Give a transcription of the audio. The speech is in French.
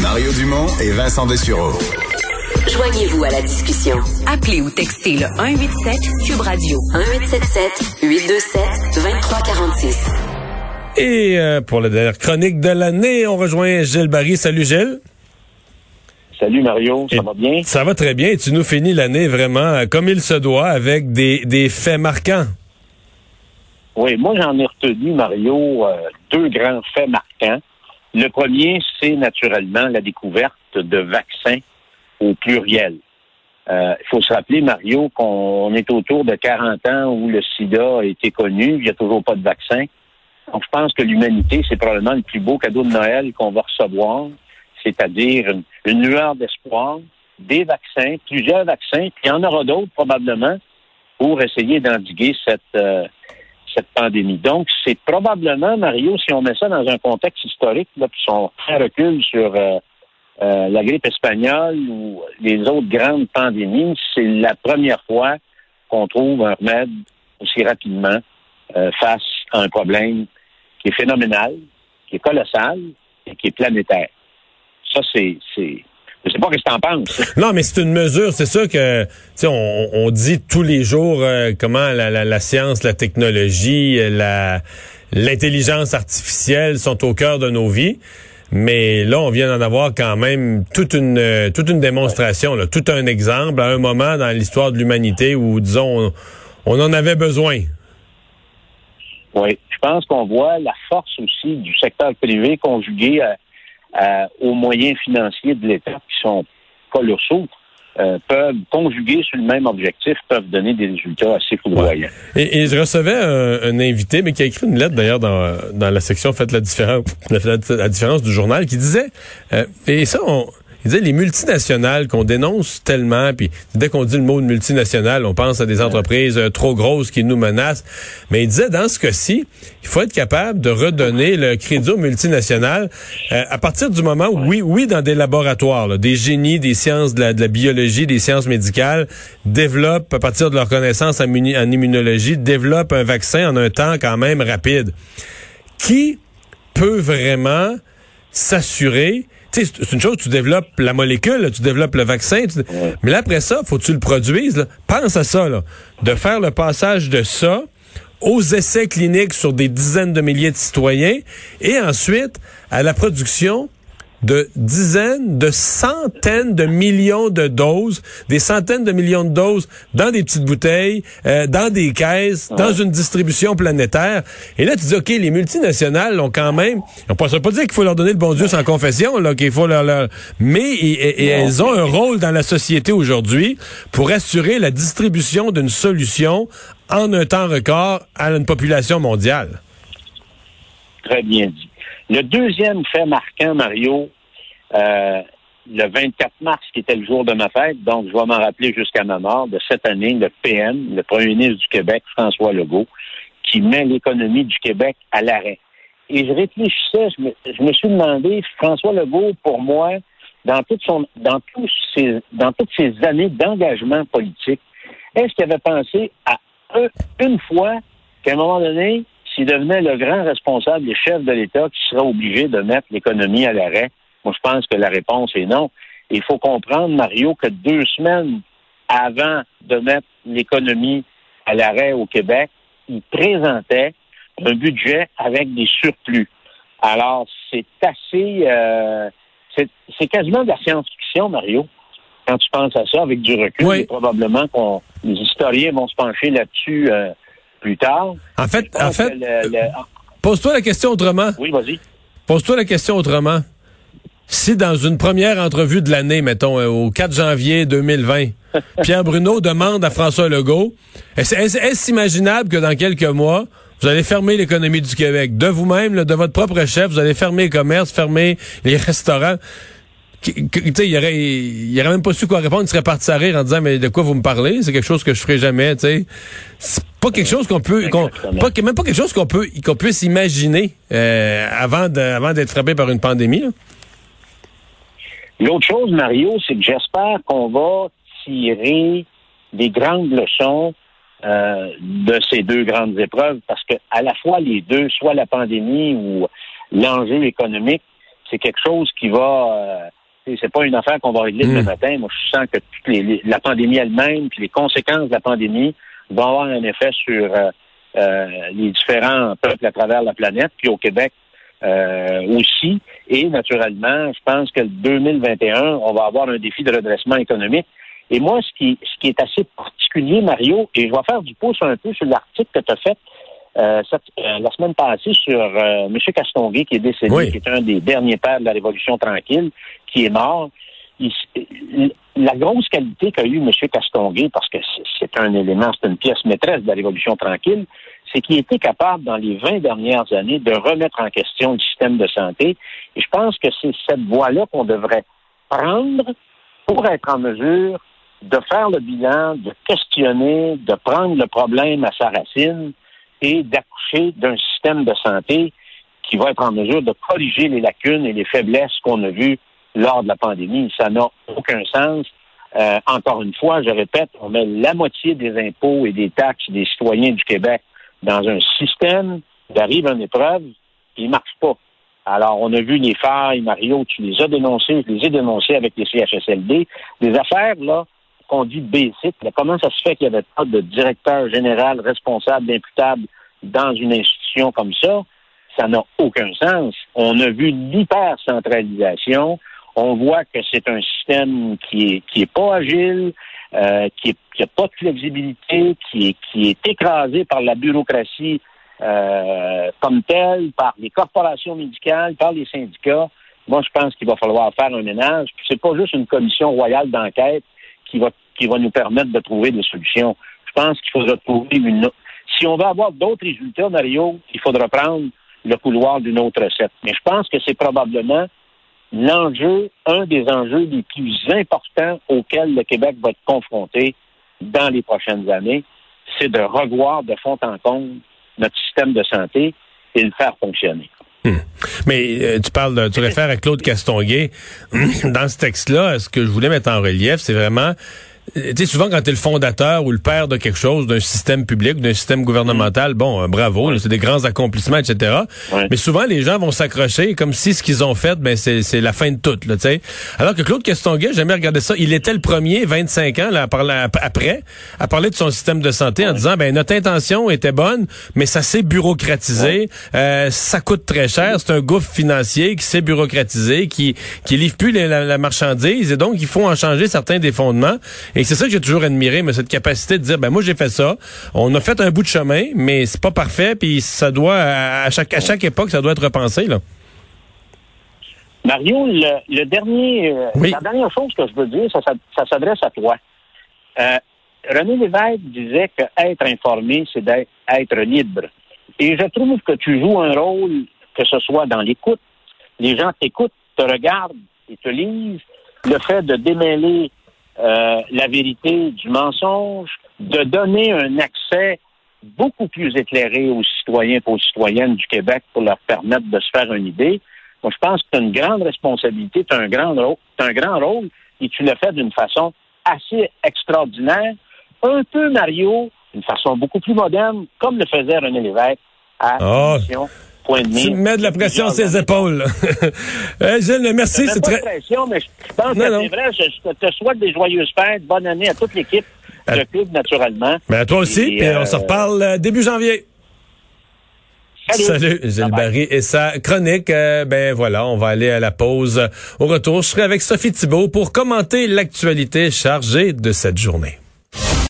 Mario Dumont et Vincent Dessureau. Joignez-vous à la discussion. Appelez ou textez le 187 Cube Radio 1877 827 2346. Et pour la dernière chronique de l'année, on rejoint Gilles Barry. Salut Gilles. Salut Mario, ça va bien? Ça va très bien. Et tu nous finis l'année vraiment comme il se doit, avec des faits marquants. Oui, moi j'en ai retenu, Mario, deux grands faits marquants. Le premier, c'est naturellement la découverte de vaccins au pluriel. Il faut se rappeler, Mario, qu'on est autour de 40 ans où le sida a été connu, il n'y a toujours pas de vaccin. Donc, je pense que l'humanité, c'est probablement le plus beau cadeau de Noël qu'on va recevoir, c'est-à-dire une lueur d'espoir, des vaccins, plusieurs vaccins, puis il y en aura d'autres probablement pour essayer d'endiguer cette pandémie. Donc, c'est probablement, Mario, si on met ça dans un contexte historique, là, puis si on recule sur la grippe espagnole ou les autres grandes pandémies, c'est la première fois qu'on trouve un remède aussi rapidement face à un problème qui est phénoménal, qui est colossal et qui est planétaire. Ça, c'est je sais pas ce que tu en penses. Non, mais c'est une mesure. C'est sûr que, tu sais, on dit tous les jours comment la science, la technologie, l'intelligence artificielle sont au cœur de nos vies. Mais là, on vient d'en avoir quand même toute une démonstration, là, tout un exemple à un moment dans l'histoire de l'humanité où, disons, on en avait besoin. Oui, je pense qu'on voit la force aussi du secteur privé conjugué aux moyens financiers de l'État qui sont colossaux, peuvent conjuguer sur le même objectif, peuvent donner des résultats assez foudroyants. Ouais. Et je recevais un invité, mais qui a écrit une lettre d'ailleurs dans la section Faites la différence du journal, qui disait, et ça, il disait les multinationales qu'on dénonce tellement, puis dès qu'on dit le mot de multinationale, on pense à des entreprises trop grosses qui nous menacent. Mais il disait, dans ce cas-ci, il faut être capable de redonner le crédit aux multinationales à partir du moment où, oui, dans des laboratoires, là, des génies des sciences de la biologie, des sciences médicales, développent, à partir de leur connaissance en immunologie, développent un vaccin en un temps quand même rapide. Qui peut vraiment s'assurer... Tu sais, c'est une chose, tu développes la molécule, tu développes le vaccin, mais là, après ça, faut que tu le produises. Là. Pense à ça, là, de faire le passage de ça aux essais cliniques sur des dizaines de milliers de citoyens et ensuite à la production de dizaines, de centaines de millions de doses, des centaines de millions de doses dans des petites bouteilles, dans des caisses, dans une distribution planétaire. Et là, tu dis, OK, les multinationales ont quand même... On ne peut pas dire qu'il faut leur donner le bon Dieu sans confession, là, qu'il faut leur... Mais elles ont un rôle dans la société aujourd'hui pour assurer la distribution d'une solution en un temps record à une population mondiale. Très bien dit. Le deuxième fait marquant, Mario, le 24 mars, qui était le jour de ma fête, donc je vais m'en rappeler jusqu'à ma mort, de cette année, le PM, le premier ministre du Québec, François Legault, qui met l'économie du Québec à l'arrêt. Et je réfléchissais, je me suis demandé, François Legault, pour moi, dans toutes ces années d'engagement politique, est-ce qu'il avait pensé à une fois qu'à un moment donné, s'il devenait le grand responsable, le chef de l'État, qui serait obligé de mettre l'économie à l'arrêt? Moi, je pense que la réponse est non. Il faut comprendre, Mario, que 2 semaines avant de mettre l'économie à l'arrêt au Québec, il présentait un budget avec des surplus. Alors, c'est assez... c'est quasiment de la science-fiction, Mario, quand tu penses à ça, avec du recul. Oui. Et probablement les historiens vont se pencher là-dessus... plus tard. En fait, pose-toi la question autrement. Oui, vas-y. Pose-toi la question autrement. Si dans une première entrevue de l'année, mettons, au 4 janvier 2020, Pierre Bruno demande à François Legault, est-ce imaginable que dans quelques mois, vous allez fermer l'économie du Québec? De vous-même, là, de votre propre chef, vous allez fermer les commerces, fermer les restaurants. Tu sais, il aurait même pas su quoi répondre, il serait parti à rire en disant, mais de quoi vous me parlez? C'est quelque chose que je ferai jamais, tu sais. C'est pas quelque chose même pas quelque chose qu'on puisse imaginer, avant d'être frappé par une pandémie, là. L'autre chose, Mario, c'est que j'espère qu'on va tirer des grandes leçons de ces deux grandes épreuves, parce que à la fois les deux, soit la pandémie ou l'enjeu économique, c'est quelque chose qui va... c'est pas une affaire qu'on va régler demain matin. Moi, je sens que la pandémie elle-même, puis les conséquences de la pandémie vont avoir un effet sur les différents peuples à travers la planète, puis au Québec aussi. Et naturellement, je pense que le 2021, on va avoir un défi de redressement économique. Et moi, ce qui est assez particulier, Mario, et je vais faire du pouce un peu sur l'article que tu as fait la semaine passée sur M. Castonguay, qui est décédé, qui est un des derniers pères de la Révolution tranquille, qui est mort. La grosse qualité qu'a eu M. Castonguay, parce que c'est un élément, c'est une pièce maîtresse de la Révolution tranquille, c'est qu'il était capable, dans les 20 dernières années, de remettre en question le système de santé. Et je pense que c'est cette voie-là qu'on devrait prendre pour être en mesure de faire le bilan, de questionner, de prendre le problème à sa racine et d'accoucher d'un système de santé qui va être en mesure de corriger les lacunes et les faiblesses qu'on a vues lors de la pandémie. Ça n'a aucun sens. Encore une fois, je répète, on met la moitié des impôts et des taxes des citoyens du Québec dans un système qui arrive une épreuve qui ne marche pas. Alors, on a vu les failles, Mario, tu les as dénoncées, je les ai dénoncées avec les CHSLD. Des affaires, là, qu'on dit basiques. Comment ça se fait qu'il n'y avait pas de directeur général responsable, imputable dans une institution comme ça? Ça n'a aucun sens. On a vu l'hypercentralisation. On voit que c'est un système qui est pas agile, qui a pas de flexibilité, qui est écrasé par la bureaucratie comme telle, par les corporations médicales, par les syndicats. Moi, je pense qu'il va falloir faire un ménage. Puis c'est pas juste une commission royale d'enquête qui va nous permettre de trouver des solutions. Je pense qu'il faudra trouver si on veut avoir d'autres résultats, Mario, il faudra prendre le couloir d'une autre recette. Mais je pense que c'est probablement un des enjeux les plus importants auxquels le Québec va être confronté dans les prochaines années, c'est de revoir de fond en comble notre système de santé et le faire fonctionner. Mais tu réfères à Claude Castonguay. Dans ce texte-là, ce que je voulais mettre en relief, c'est vraiment... Tu sais, souvent, quand tu es le fondateur ou le père de quelque chose, d'un système public, d'un système gouvernemental, bon, bravo, là, c'est des grands accomplissements, etc. Mais souvent, les gens vont s'accrocher comme si ce qu'ils ont fait, ben c'est la fin de tout, là, tu sais. Alors que Claude Castonguay, j'ai jamais regardé ça. Il était le premier, 25 ans, là, à parler de son système de santé en disant, ben notre intention était bonne, mais ça s'est bureaucratisé, ça coûte très cher, c'est un gouffre financier qui s'est bureaucratisé, qui livre plus la marchandise, et donc il faut en changer certains des fondements. Et c'est ça que j'ai toujours admiré, mais cette capacité de dire, ben moi j'ai fait ça, on a fait un bout de chemin, mais c'est pas parfait, puis ça doit, à chaque époque, ça doit être repensé, là. Mario, la dernière chose que je veux dire, ça s'adresse à toi. René Lévesque disait que être informé, c'est être libre. Et je trouve que tu joues un rôle, que ce soit dans l'écoute, les gens t'écoutent, te regardent et te lisent, le fait de démêler la vérité du mensonge, de donner un accès beaucoup plus éclairé aux citoyens et aux citoyennes du Québec pour leur permettre de se faire une idée. Moi, je pense que tu as une grande responsabilité, tu as un grand rôle, et tu le fais d'une façon assez extraordinaire. Un peu, Mario, d'une façon beaucoup plus moderne, comme le faisait René Lévesque à l'émission Point de mire. Tu me mets de la pression sur ses épaules. Gilles, merci. C'est très... pression, mais je pense que c'est vrai. Je te souhaite des joyeuses fêtes. Bonne année à toute l'équipe de club, naturellement. Mais à toi aussi, puis on se reparle début janvier. Salut, Gilles Barry et sa chronique. Ben voilà, on va aller à la pause. Au retour, je serai avec Sophie Thibault pour commenter l'actualité chargée de cette journée.